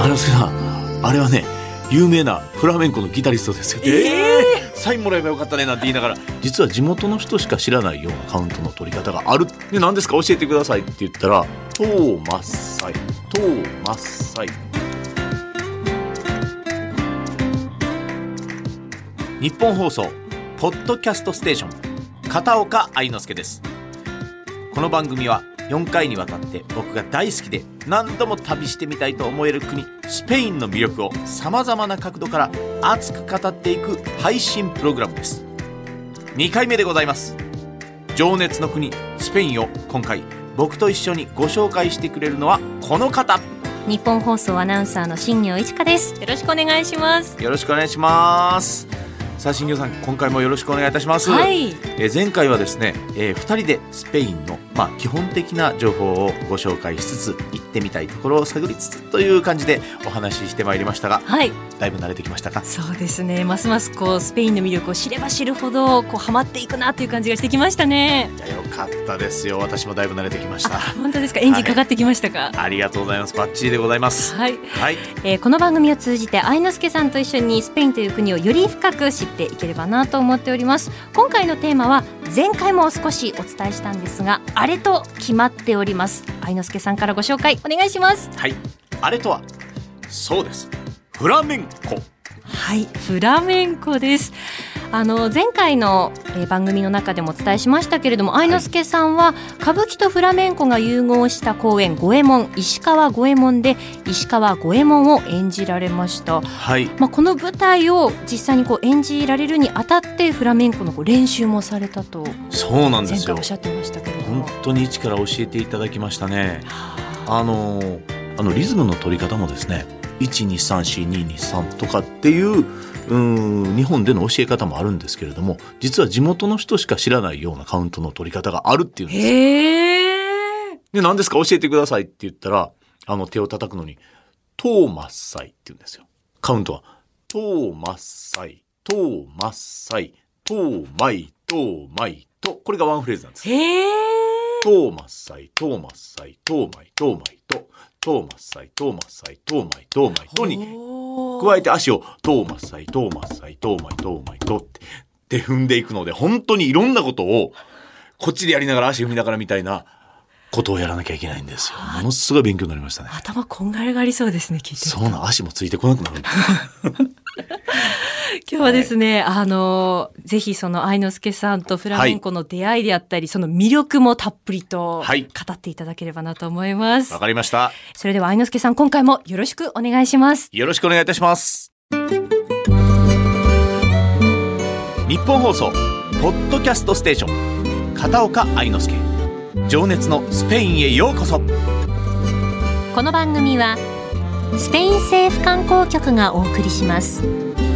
之助さん、あれはね、有名なフラメンコのギタリストですよ。サインもらえばよかったねなんて言いながら、実は地元の人しか知らないようなカウントの取り方がある。で、何ですか教えてくださいって言ったら、トーマッサイ、トーマッサイ。日本放送ポッドキャストステーション、片岡愛之助です。この番組は4回にわたって僕が大好きで何度も旅してみたいと思える国スペインの魅力をさまざまな角度から熱く語っていく配信プログラムです。2回目でございます。情熱の国スペインを今回僕と一緒にご紹介してくれるのはこの方、 日本放送アナウンサーの新業一華です。よろしくお願いします。 よろしくお願いします。さあ新業さん、今回もよろしくお願いいたします。 はい。 前回はですね、2人でスペインの、基本的な情報をご紹介しつつ、行ってみたいところを探りつつという感じでお話ししてまいりましたが、 はい、 だいぶ慣れてきましたか？ そうですね、ますますスペインの魅力を知れば知るほどハマっていくなという感じがしてきましたね。 いや、よかったですよ。私もだいぶ慣れてきました。 本当ですか？エンジンかかってきましたか？ はい、ありがとうございます。バッチリでございます。 はい、 はい。 この番組を通じて愛之助さんと一緒にスペインという国をより深く知っていければなと思っております。今回のテーマは前回も少しお伝えしたんですが、あれと決まっております。愛之助さんからご紹介お願いします。 はい、あれとはそうです、フラメンコ。 はい、フラメンコです。前回の番組の中でもお伝えしましたけれども、愛之助さんは歌舞伎とフラメンコが融合した公演五右衛門、石川五右衛門で石川五右衛門を演じられました。 はい。 この舞台を実際に演じられるにあたってフラメンコの練習もされたと。 そうなんですよ。 前回おっしゃってましたけれども、 本当に一から教えていただきましたね。リズムの取り方もですね、1234223とかっていう日本での教え方もあるんですけれども、実は地元の人しか知らないようなカウントの取り方があるっていうんですよ。で、何ですか教えてくださいって言ったら、手を叩くのにトーマッサイって言うんですよ。カウントはトーマッサイ、トーマッサイ、トーマイ、トーマイと、これがワンフレーズなんです。トーマッサイ、トーマッサイ、トーマイ、トーマイと、トーマッサイ、トーマッサイ、トーマイ、トーマイとに加えて足をトーマッサイ、トーマッサイ、トーマイ、トーマイとって踏んでいくので、本当にいろんなことをこっちでやりながら足踏みながらみたいなことをやらなきゃいけないんですよ。ものすごい勉強になりましたね。 頭こんがらがりそうですね、聞いて。 そうな、足もついてこなくなるんです今日はですね、ぜひその愛之助さんとフラメンコの出会いであったり、その魅力もたっぷりと語っていただければなと思います。 わかりました。 それでは愛之助さん、今回もよろしくお願いします。 よろしくお願いいたします。日本放送ポッドキャストステーション、片岡愛之助、情熱のスペインへようこそ。 この番組はスペイン政府観光局がお送りします。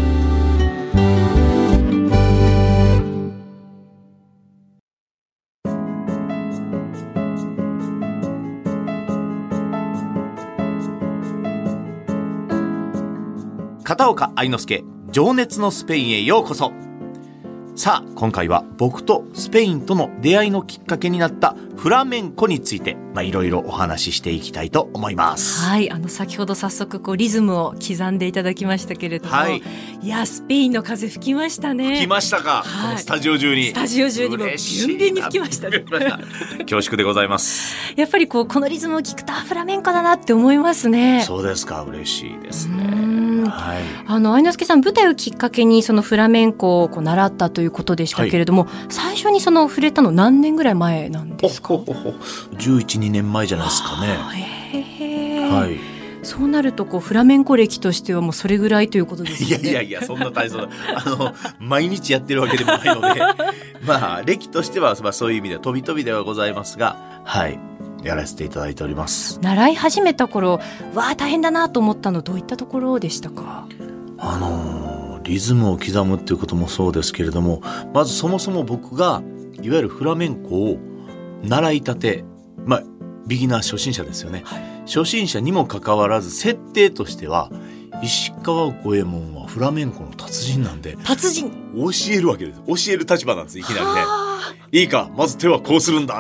片岡愛之助、情熱のスペインへようこそ。さあ、今回は僕とスペインとの出会いのきっかけになったフラメンコについて、いろいろお話ししていきたいと思います。 はい、先ほど早速リズムを刻んでいただきましたけれども、いや、スペインの風吹きましたね。 吹きましたか？このスタジオ中に。 スタジオ中にもビュンビュンに吹きましたね。 恐縮でございます。 やっぱりこのリズムを聞くとフラメンコだなって思いますね。 そうですか、嬉しいですね。はい、 愛之助さん、舞台をきっかけにそのフラメンコを習ったということでしたけれども、最初に触れたの何年ぐらい前なんですか ？11、2年前じゃないですかね。はい。 そうなるとフラメンコ歴としてはもうそれぐらいということですよね。 いやそんな大層な毎日やってるわけでもないので歴としてはそういう意味では飛び飛びではございますが、はい、やらせていただいております。 習い始めた頃、大変だなと思ったの、どういったところでしたか？ リズムを刻むっていうこともそうですけれども、まずそもそも僕がいわゆるフラメンコを習いたて、ビギナー初心者ですよね、はい、初心者にもかかわらず設定としては石川五右衛門はフラメンコの達人なんで、 達人教えるわけです。教える立場なんです、いきなりね。いいか、まず手はこうするんだっ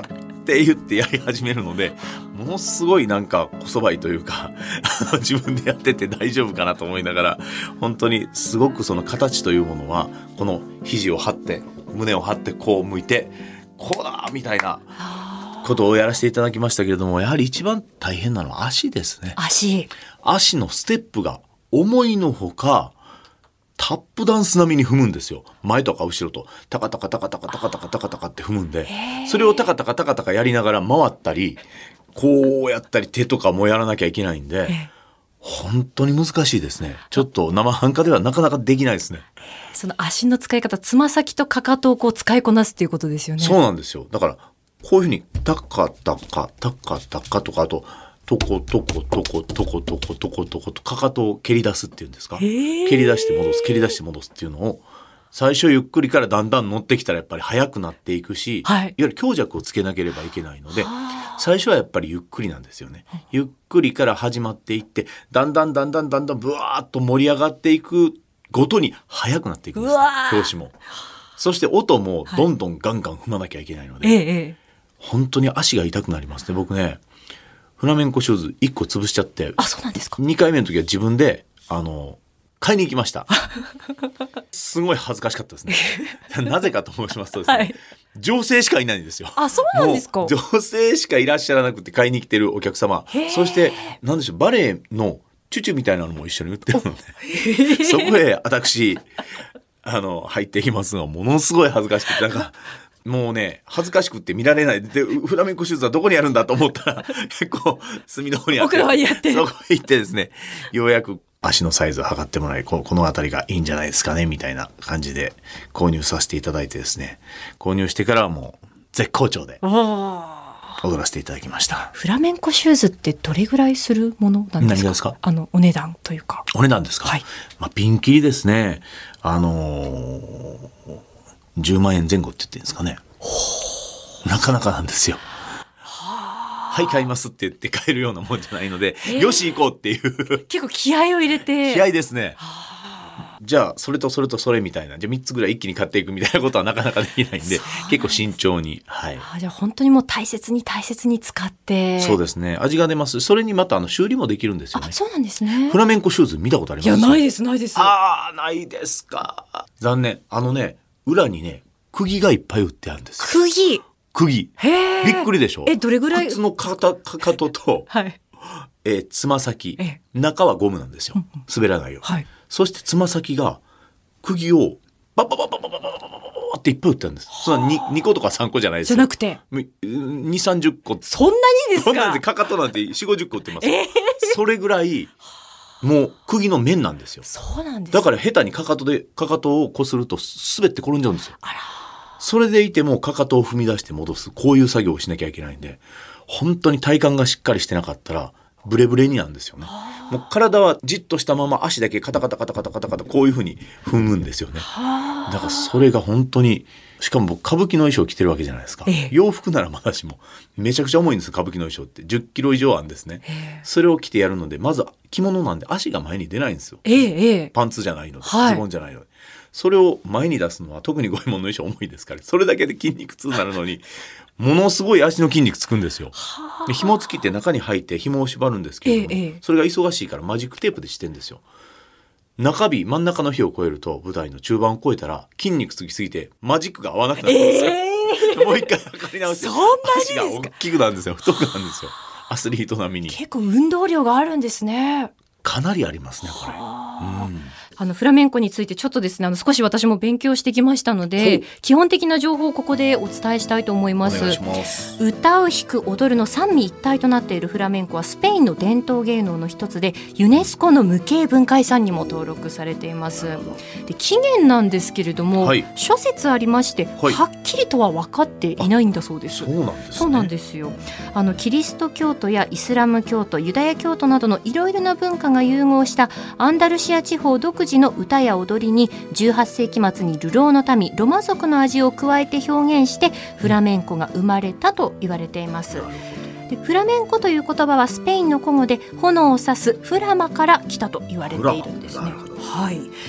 って言ってやり始めるので、ものすごいなんかこそばいというか自分でやってて大丈夫かなと思いながら、本当にすごくその形というものは、この肘を張って胸を張ってこう向いてこうだみたいなことをやらせていただきましたけれども、やはり一番大変なのは足ですね。足のステップが思いのほかタップダンス並みに踏むんですよ。前とか後ろとタカタカタカタカタカタカタカタカって踏むんで、それをタカタカタカタカやりながら回ったりこうやったり手とかもやらなきゃいけないんで、本当に難しいですね。ちょっと生半可ではなかなかできないですね。 その足の使い方、つま先とかかとをこう使いこなすっていうことですよね。 そうなんですよ。だからこういうふうにタカタカタカタカとか、あとトコトコトコトコトコトコトコとかかとを蹴り出すっていうんですか。蹴り出して戻す蹴り出して戻すっていうのを、最初ゆっくりからだんだん乗ってきたらやっぱり速くなっていくし、いわゆる強弱をつけなければいけないので、最初はやっぱりゆっくりなんですよね。ゆっくりから始まっていって、だんだんブワーッと盛り上がっていくごとに速くなっていくんです、拍子も。そして音もどんどんガンガン踏まなきゃいけないので、本当に足が痛くなりますね。僕ね、フラメンコシューズ1個潰しちゃって、 そうなんですか。 2回目の時は自分で買いに行きました。すごい恥ずかしかったですね。なぜかと申しますとですね、女性しかいないんですよ。 そうなんですか。 女性しかいらっしゃらなくて買いに来てるお客様、そして何でしょう、バレエのチュチュみたいなのも一緒に売ってるので、そこへ私入っていきますが、ものすごい恥ずかしくて、なんかもうね、恥ずかしくて見られないで、フラメンコシューズはどこにあるんだと思ったら結構隅の方にあって、そこへ行ってですね、ようやく足のサイズを測ってもらい、この辺りがいいんじゃないですかねみたいな感じで購入させていただいてですね、購入してからはもう絶好調で踊らせていただきました。 フラメンコシューズってどれぐらいするものなんですか。 何ですか。 お値段というか。 お値段ですか。ピンキリですね。10万円前後って言ってるんですかね。なかなかなんですよ。はい買いますって言って買えるようなもんじゃないので、よし行こうっていう結構気合を入れて。 気合ですね。じゃあそれとそれとそれみたいな、じゃあ3つぐらい一気に買っていくみたいなことはなかなかできないんで、結構慎重に。 じゃあ本当にもう大切に使って。 そうですね。味が出ます。それにまた修理もできるんですよね。 そうなんですね。 フラメンコシューズ見たことあります？ いや、ないです。 ないですか。残念。裏にね、釘がいっぱい売ってあるんです。釘。びっくりでしょ。 どれぐらい？ 靴のかかとと、つま先、中はゴムなんですよ。滑らないよ。そしてつま先が釘をババババババババババっていっぱい売ってあるんです。そんな 2個とか3個じゃないですよ。 じゃなくて 2、30個。 そんなにですか？ そんなんでかかとなんて4、50個売ってます。それぐらいもう釘の面なんですよ。 そうなんです。 だから下手にかかとをこすると滑って転んじゃうんですよ。それでいてもかかとを踏み出して戻す、こういう作業をしなきゃいけないんで、本当に体幹がしっかりしてなかったらブレブレになるんですよね。もう体はじっとしたまま足だけカタカタカタカタカタカタこういう風に踏むんですよね。だからそれが本当に、しかも僕歌舞伎の衣装着てるわけじゃないですか。洋服ならまだしもめちゃくちゃ重いんです。歌舞伎の衣装って10キロ以上あるんですね。それを着てやるので、まず着物なんで足が前に出ないんですよ。パンツじゃないので、ズボンじゃないので。それを前に出すのは、特に五右衛門の衣装重いですから、それだけで筋肉痛になるのにものすごい足の筋肉つくんですよ。で紐付きって中に入って紐を縛るんですけれども、それが忙しいからマジックテープでしてんですよ。中日真ん中の日を超えると、舞台の中盤を超えたら筋肉つきすぎてマジックが合わなくなるんですよ。もう一回測り直して、足が大きくなるんですよ。太くなるんですよ。アスリート並みに。 結構運動量があるんですね。 かなりありますね、これ。 フラメンコについてちょっとですね、少し私も勉強してきましたので、基本的な情報をここでお伝えしたいと思います。 お願いします。 歌う弾く踊るの三位一体となっているフラメンコはスペインの伝統芸能の一つで、ユネスコの無形文化遺産にも登録されています。で、起源なんですけれども、諸説ありまして、はっきりとは分かっていないんだそうです。 そうなんですね。 そうなんですよ。キリスト教徒やイスラム教徒、ユダヤ教徒などのいろいろな文化が融合したアンダルシア地方独自の歌や踊りに、18世紀末に流浪の民ロマ族の味を加えて表現してフラメンコが生まれたと言われています。で、フラメンコという言葉はスペインの古語で炎を指すフラマから来たと言われているんですね。 はい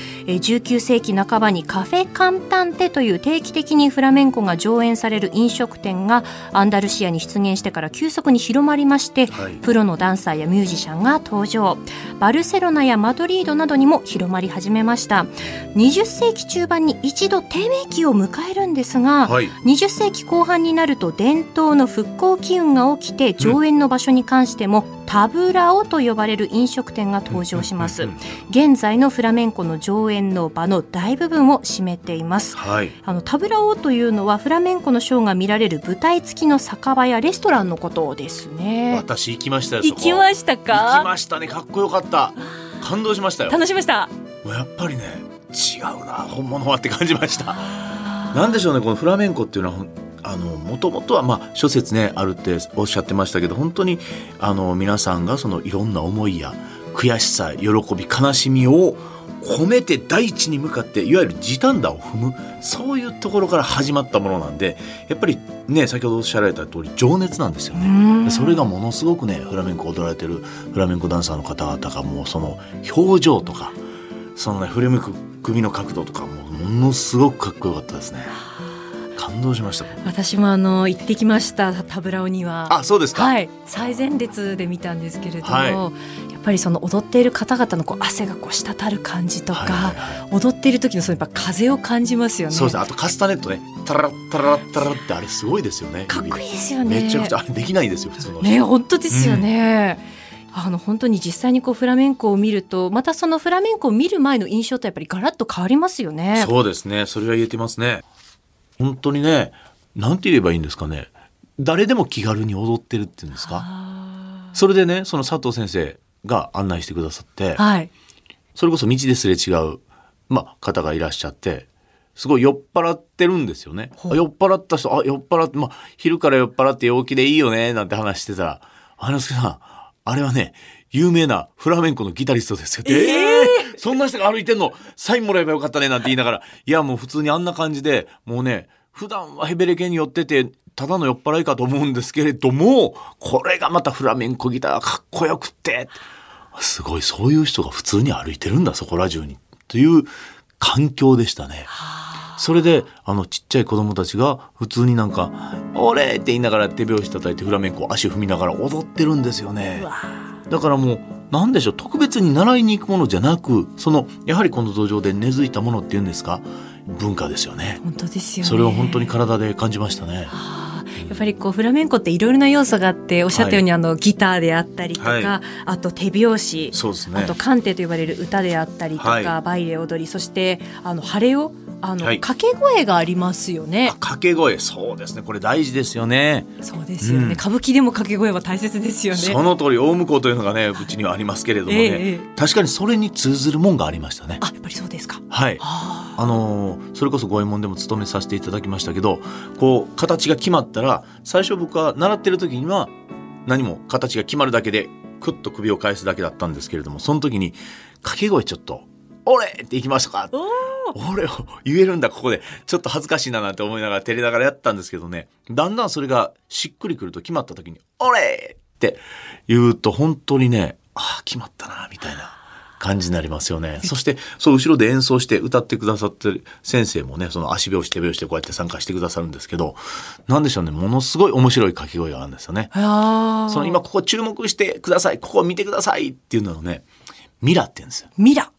、19世紀半ばにカフェカンタンテという定期的にフラメンコが上演される飲食店がアンダルシアに出現してから急速に広まりまして、はい、プロのダンサーやミュージシャンが登場。バルセロナやマドリードなどにも広まり始めました。20世紀中盤に一度低迷期を迎えるんですが、はい、20世紀後半になると伝統の復興機運が起きて、上演の場所に関してもタブラオと呼ばれる飲食店が登場します。現在のフラメンコの上演の場の大部分を占めています、はい、タブラオというのはフラメンコのショーが見られる舞台付きの酒場やレストランのことですね。 私行きましたよ。 行きましたか？ 行きましたね。かっこよかった。感動しましたよ。 楽しみました。 やっぱりね、違うな本物はって感じました。なんでしょうね、このフラメンコっていうのはもともとは諸説ねあるっておっしゃってましたけど、本当に皆さんがそのいろんな思いや悔しさ、喜び、悲しみを込めて大地に向かっていわゆる地団打を踏む、そういうところから始まったものなんで、やっぱりね先ほどおっしゃられた通り情熱なんですよね。それがものすごくね、フラメンコを踊られてるフラメンコダンサーの方々がもうその表情とかそのね振り向く首の角度とかものすごくかっこよかったですね。感動しました。 私も行ってきました。タブラオには。 あ、そうですか。 はい、最前列で見たんですけれども、はい、やっぱりその踊っている方々の汗が滴る感じとか、はいはいはい、踊っている時のそのやっぱ風を感じますよね。 そうですね。あとカスタネットね、タラッタラッタラってあれすごいですよね。 かっこいいですよね。 めちゃくちゃあれできないんですよ普通の人ね。本当ですよね、本当に実際にフラメンコを見ると、またそのフラメンコを見る前の印象とやっぱりガラッと変わりますよね。 そうですね。それは言えてますね。本当にね、なんて言えばいいんですかね、誰でも気軽に踊ってるっていうんですか。それでね、その佐藤先生が案内してくださって、はい、それこそ道ですれ違う、方がいらっしゃって、すごい酔っ払ってるんですよね。酔っ払った人、酔っ払って、昼から酔っ払って陽気でいいよねなんて話してたら、之助さん、あれはね有名なフラメンコのギタリストですよ。そんな人が歩いてんの、サインもらえばよかったねなんて言いながら、いやもう普通にあんな感じで、もうね普段はヘベレケに寄っててただの酔っ払いかと思うんですけれども、これがまたフラメンコギターがかっこよくって、すごい、そういう人が普通に歩いてるんだそこら中にという環境でしたね。それでちっちゃい子供たちが普通になんかオレって言いながら手拍子叩いてフラメンコ足踏みながら踊ってるんですよね。だからもうなんでしょう、特別に習いに行くものじゃなく、やはりこの土壌で根付いたものっていうんですか、文化ですよね。 本当ですよね。 それを本当に体で感じましたね。 やっぱりフラメンコっていろいろな要素があって、おっしゃったようにギターであったりとか、はい、あと手拍子、そうですね、あとカンテと呼ばれる歌であったりとか、はい、バイレ踊り、そしてハレオ、掛け声がありますよね。 掛け声、そうですね、これ大事ですよね。 そうですよね、歌舞伎でも掛け声は大切ですよね。 その通り、大向こうというのがねうちにはありますけれどもね、確かにそれに通ずるもんがありましたね。 やっぱりそうですか。 はい、それこそ五右衛門でも務めさせていただきましたけど、形が決まったら、最初僕は習ってる時には何も形が決まるだけでクッと首を返すだけだったんですけれども、その時に掛け声ちょっと俺って行きましたか、俺を言えるんだここで、ちょっと恥ずかしいななんて思いながら照れながらやったんですけどね、だんだんそれがしっくりくると、決まった時に俺って言うと本当にね、決まったなみたいな感じになりますよね。そして後ろで演奏して歌ってくださってる先生もね、その足拍子手拍子でこうやって参加してくださるんですけど、なんでしょうね、ものすごい面白い掛け声があるんですよね。今ここ注目してください、ここ見てくださいっていうのをね、ミラって言うんですよ。ミラって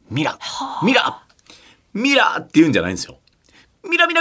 言うんじゃないんですよ。ミラって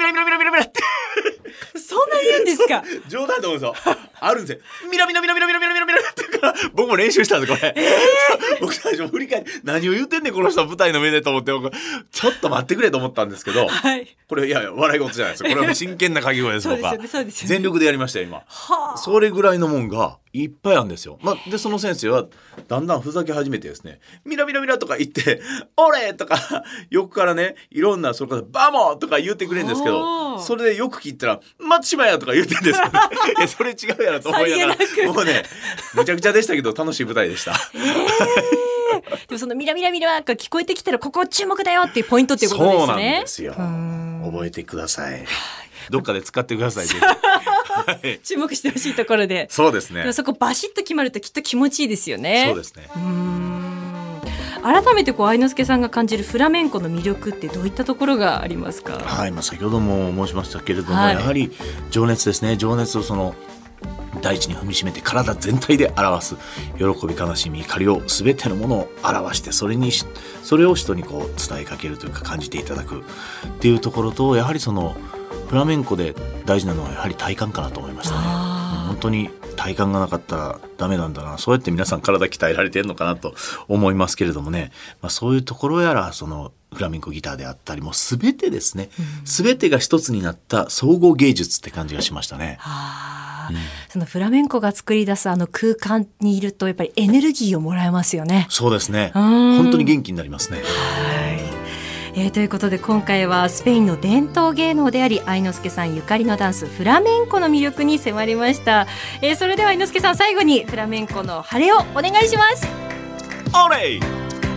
そんな言うんですか。 冗談だと思うんですよ。あるんですよ。ミラってから僕も練習したんですこれ。僕最初振り返って、何を言ってんねんこの人舞台の上でと思って、ちょっと待ってくれと思ったんですけど、はい、これ笑い事じゃないですよ。これは真剣な掛け声です。僕は全力でやりましたよ今。それぐらいのもんがいっぱいあるんですよ。でその先生はだんだんふざけ始めてですね、ミラとか言ってオレとか横からね、いろんなそれからバモとか言ってくれるんですけど、それでよく聞いたら松島やとか言ってるんですよね。いやそれ違うやろと思いながら、もうねむちゃくちゃでしたけど楽しい舞台でした。 でもそのミラが聞こえてきたら、ここ注目だよっていうポイントっていうことですね。 そうなんですよ。覚えてください。どっかで使ってください。 注目してほしいところで。 そうですね。 でもそこバシッと決まるときっと気持ちいいですよね。 そうですね。 改めて愛之助さんが感じるフラメンコの魅力ってどういったところがありますか？ はい、先ほども申しましたけれども、 はい、 やはり情熱ですね。情熱をその大地に踏みしめて体全体で表す喜び、悲しみ、怒りを全てのものを表して、それを人にこう伝えかけるというか感じていただくっていうところと、やはりそのフラメンコで大事なのはやはり体幹かなと思いましたね。本当に体幹がなかったらダメなんだな、そうやって皆さん体鍛えられてるのかなと思いますけれどもね、そういうところやらそのフラメンコギターであったりも全てですね、全てが一つになった総合芸術って感じがしましたね。 そのフラメンコが作り出す空間にいるとやっぱりエネルギーをもらえますよね。 そうですね、本当に元気になりますね。 ということで今回はスペインの伝統芸能であり愛之助さんゆかりのダンスフラメンコの魅力に迫りました。それでは愛之助さん、最後にフラメンコの晴れをお願いします。 オレイ。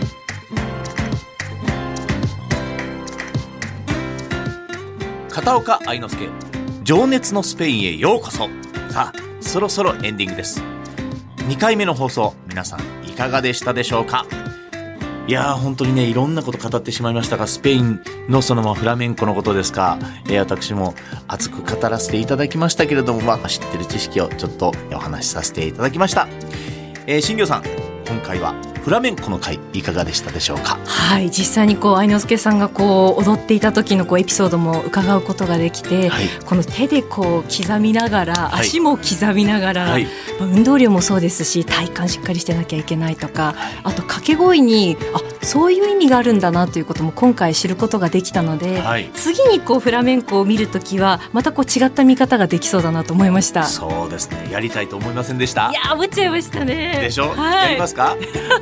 片岡愛之助、情熱のスペインへようこそ。さあそろそろエンディングです。2回目の放送、皆さんいかがでしたでしょうか？いやー本当にね、いろんなこと語ってしまいましたが、スペインのそのフラメンコのことですか、私も熱く語らせていただきましたけれども、知ってる知識をちょっとお話しさせていただきました。新業さん、今回はフラメンコの回いかがでしたでしょうか？ はい、実際に愛之助さんが踊っていた時のエピソードも伺うことができて、はい、この手で刻みながら、はい、足も刻みながら、はい、運動量もそうですし体幹しっかりしてなきゃいけないとか、あと掛け声にそういう意味があるんだなということも今回知ることができたので、はい、次にフラメンコを見るときはまた違った見方ができそうだなと思いました。 そうですね、やりたいと思いませんでした？ いや思っちゃいましたね。 でしょ、 はい、 やりますか？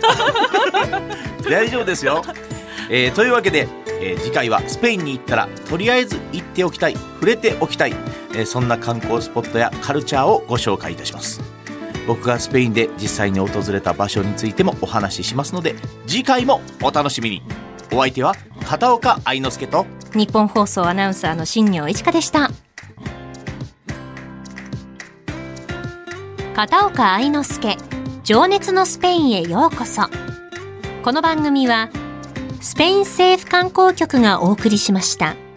大丈夫ですよ。というわけで、次回はスペインに行ったらとりあえず行っておきたい、触れておきたい、そんな観光スポットやカルチャーをご紹介いたします。僕がスペインで実際に訪れた場所についてもお話ししますので、次回もお楽しみに。お相手は片岡愛之助と日本放送アナウンサーの新業一華でした。片岡愛之助、情熱のスペインへようこそ。この番組はスペイン政府観光局がお送りしました。